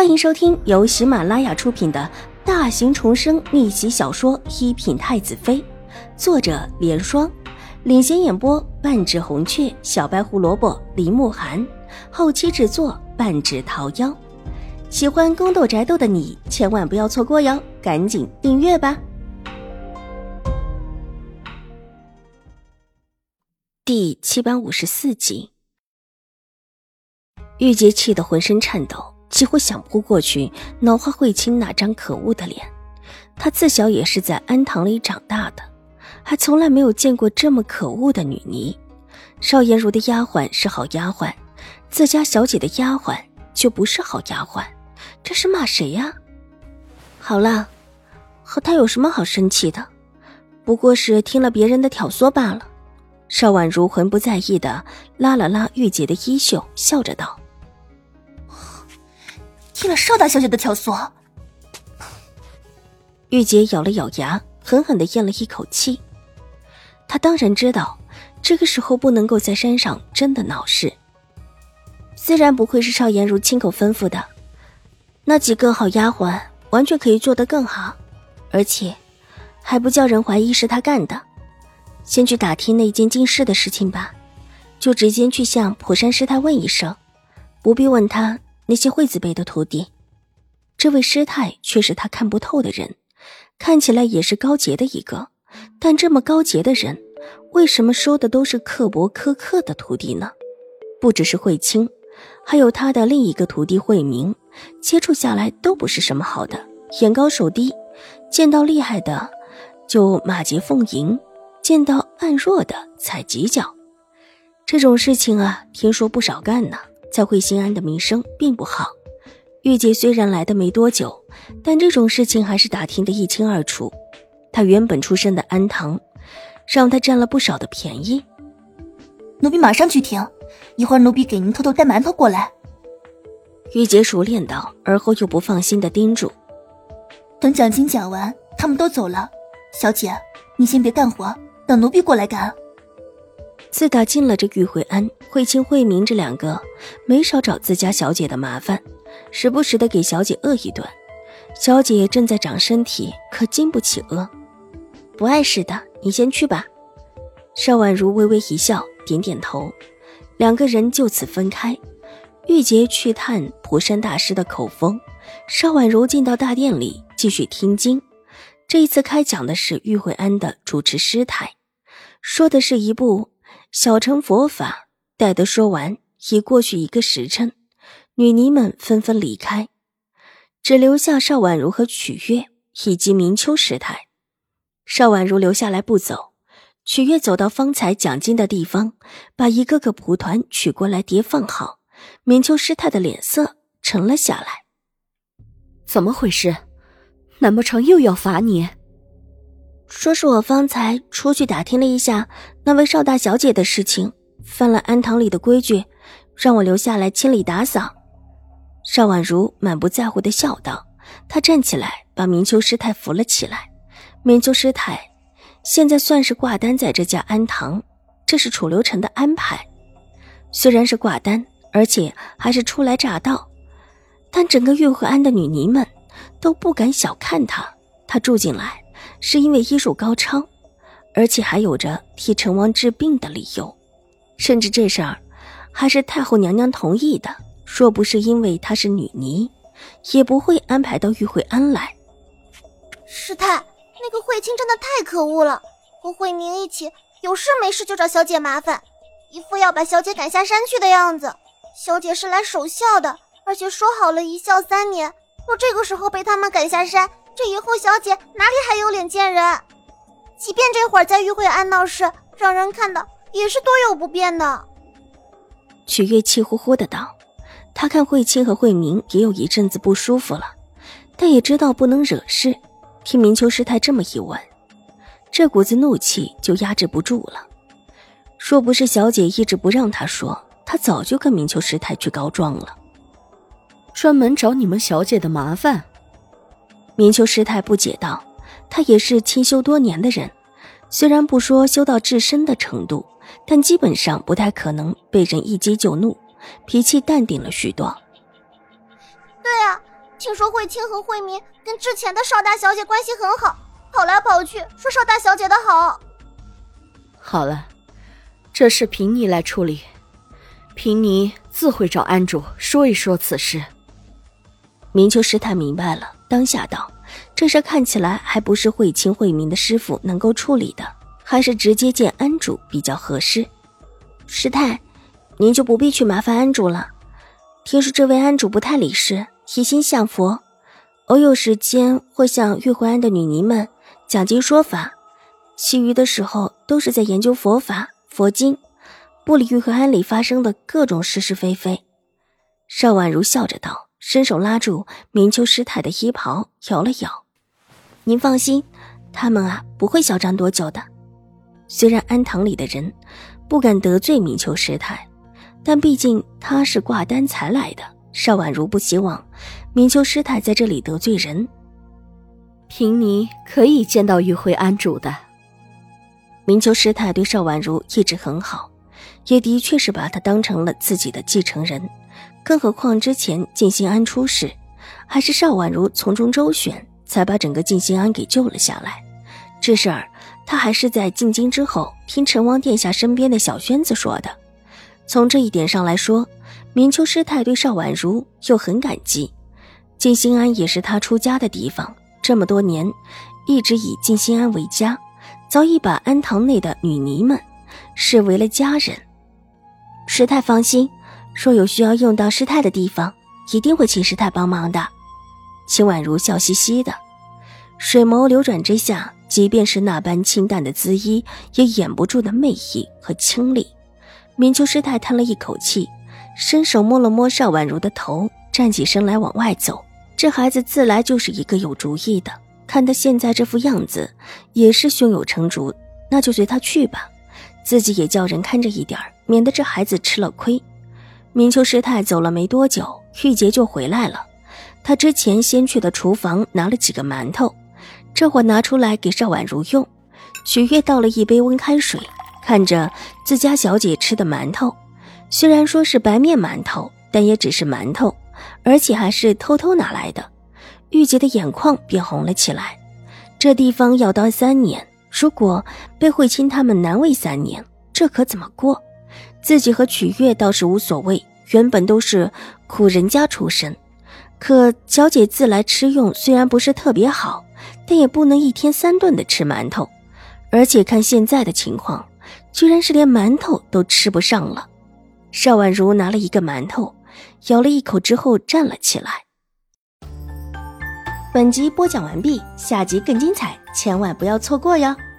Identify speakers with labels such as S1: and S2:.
S1: 欢迎收听由喜马拉雅出品的大型重生逆袭小说《一品太子妃》，作者莲霜，领衔演播半指红雀、小白胡萝卜、林慕寒，后期制作半指桃夭。喜欢宫斗宅斗的你千万不要错过哟，赶紧订阅吧。第754集，玉洁气得浑身颤抖，几乎想扑过去挠花慧清那张可恶的脸。她自小也是在安堂里长大的，还从来没有见过这么可恶的女尼。邵颜如的丫鬟是好丫鬟，自家小姐的丫鬟就不是好丫鬟，这是骂谁呀？好了，和她有什么好生气的？不过是听了别人的挑唆罢了。邵婉如浑不在意地拉了拉玉洁的衣袖，笑着道：
S2: 听了邵大小姐的挑唆。
S1: 玉洁咬了咬牙，狠狠地咽了一口气。她当然知道这个时候不能够在山上真的闹事，自然不会是邵颜如亲口吩咐的，那几个好丫鬟完全可以做得更好，而且还不叫人怀疑是她干的。先去打听那件金饰的事情吧，就直接去向普山师太问一声，不必问他那些惠子辈的徒弟。这位师太却是他看不透的人，看起来也是高洁的一个，但这么高洁的人，为什么收的都是刻薄苛刻的徒弟呢？不只是慧清，还有他的另一个徒弟慧明，接触下来都不是什么好的，眼高手低，见到厉害的就马桀奉迎，见到暗弱的踩几脚。这种事情啊，听说不少干呢，在慧心安的名声并不好。玉洁虽然来的没多久，但这种事情还是打听得一清二楚。他原本出身的安堂，让他占了不少的便宜。
S2: 奴婢马上去听，一会儿奴婢给您偷偷带馒头过来。
S1: 玉洁熟练道，而后又不放心地叮嘱：
S2: 等奖金讲完，他们都走了，小姐你先别干活，等奴婢过来干。
S1: 自打进了这玉慧庵，慧清慧明这两个没少找自家小姐的麻烦，时不时的给小姐饿一顿。小姐正在长身体，可经不起饿。不碍事的，你先去吧。邵婉如微微一笑，点点头，两个人就此分开。玉洁去探普山大师的口风，邵婉如进到大殿里继续听经。这一次开讲的是玉慧庵的主持师太，说的是一部小乘佛法。待得说完，已过去1个时辰，女尼们纷纷离开，只留下邵婉如和曲月以及明秋师太。邵婉如留下来不走，曲月走到方才讲经的地方，把一个个蒲团取过来叠放好。明秋师太的脸色沉了下来。
S3: 怎么回事？难不成又要罚你？
S1: 说是我方才出去打听了一下那位邵大小姐的事情，犯了安堂里的规矩，让我留下来清理打扫。邵婉如满不在乎地笑道。她站起来把明秋师太扶了起来。明秋师太现在算是挂单在这家安堂，这是楚留臣的安排。虽然是挂单，而且还是初来乍到，但整个玉慧庵的女尼们都不敢小看她。她住进来是因为医术高超，而且还有着替成王治病的理由，甚至这事儿还是太后娘娘同意的，若不是因为她是女尼，也不会安排到玉慧庵来。
S4: 师太，那个慧清真的太可恶了，和慧明一起有事没事就找小姐麻烦，一副要把小姐赶下山去的样子。小姐是来守孝的，而且说好了一孝3年，若这个时候被他们赶下山，这以后小姐哪里还有脸见人？即便这会儿在玉慧庵闹事，让人看到也是多有不便的。
S1: 曲月气呼呼的道。他看慧清和慧明也有一阵子不舒服了，但也知道不能惹事。听明秋师太这么一问，这股子怒气就压制不住了。若不是小姐一直不让他说，他早就跟明秋师太去告状了。
S3: 专门找你们小姐的麻烦？
S1: 明秋师太不解道。他也是清修多年的人，虽然不说修到至深的程度，但基本上不太可能被人一激就怒，脾气淡定了许多。
S4: 对啊， 听说慧清和慧明跟之前的邵大小姐关系很好，跑来跑去说邵大小姐的好。
S3: 好了，这事凭你来处理，凭你自会找安主说一说此事。
S1: 明秋师太明白了，当下道：这事看起来还不是慧清慧明的师傅能够处理的，还是直接见安主比较合适。师太，您就不必去麻烦安主了。听说这位安主不太理事，一心向佛，偶有时间会向玉慧庵的女尼们讲经说法，其余的时候都是在研究佛法佛经，不理玉慧庵里发生的各种是是非非。邵婉如笑着道，伸手拉住明秋师太的衣袍，摇了摇：您放心，他们不会嚣张多久的。虽然庵堂里的人不敢得罪明秋师太，但毕竟他是挂单才来的，邵婉如不希望明秋师太在这里得罪人。
S3: 凭你可以见到玉慧庵主的。
S1: 明秋师太对邵婉如一直很好，也的确是把她当成了自己的继承人，更何况之前静心庵出事，还是邵婉如从中周旋，才把整个静心庵给救了下来。这事儿他还是在进京之后听陈王殿下身边的小轩子说的。从这一点上来说，明秋师太对邵婉如又很感激。静心庵也是他出家的地方，这么多年一直以静心庵为家，早已把庵堂内的女尼们视为了家人。师太放心，若有需要用到师太的地方，一定会请师太帮忙的。秦婉如笑嘻嘻的，水眸流转之下，即便是那般清淡的姿衣，也掩不住的媚意和清丽。明秋师太叹了一口气，伸手摸了摸邵婉如的头，站起身来往外走。这孩子自来就是一个有主意的，看他现在这副样子，也是胸有成竹，那就随他去吧，自己也叫人看着一点，免得这孩子吃了亏。明秋师太走了没多久，玉洁就回来了。他之前先去的厨房拿了几个馒头，这会拿出来给邵婉如用。许月倒了一杯温开水，看着自家小姐吃的馒头，虽然说是白面馒头，但也只是馒头，而且还是偷偷拿来的。玉洁的眼眶便红了起来。这地方要当3年，如果被慧清他们难为3年，这可怎么过？自己和曲月倒是无所谓，原本都是苦人家出身，可小姐自来吃用虽然不是特别好，但也不能1天3顿的吃馒头，而且看现在的情况，居然是连馒头都吃不上了。邵婉如拿了一个馒头，咬了一口之后站了起来。本集播讲完毕，下集更精彩，千万不要错过哟。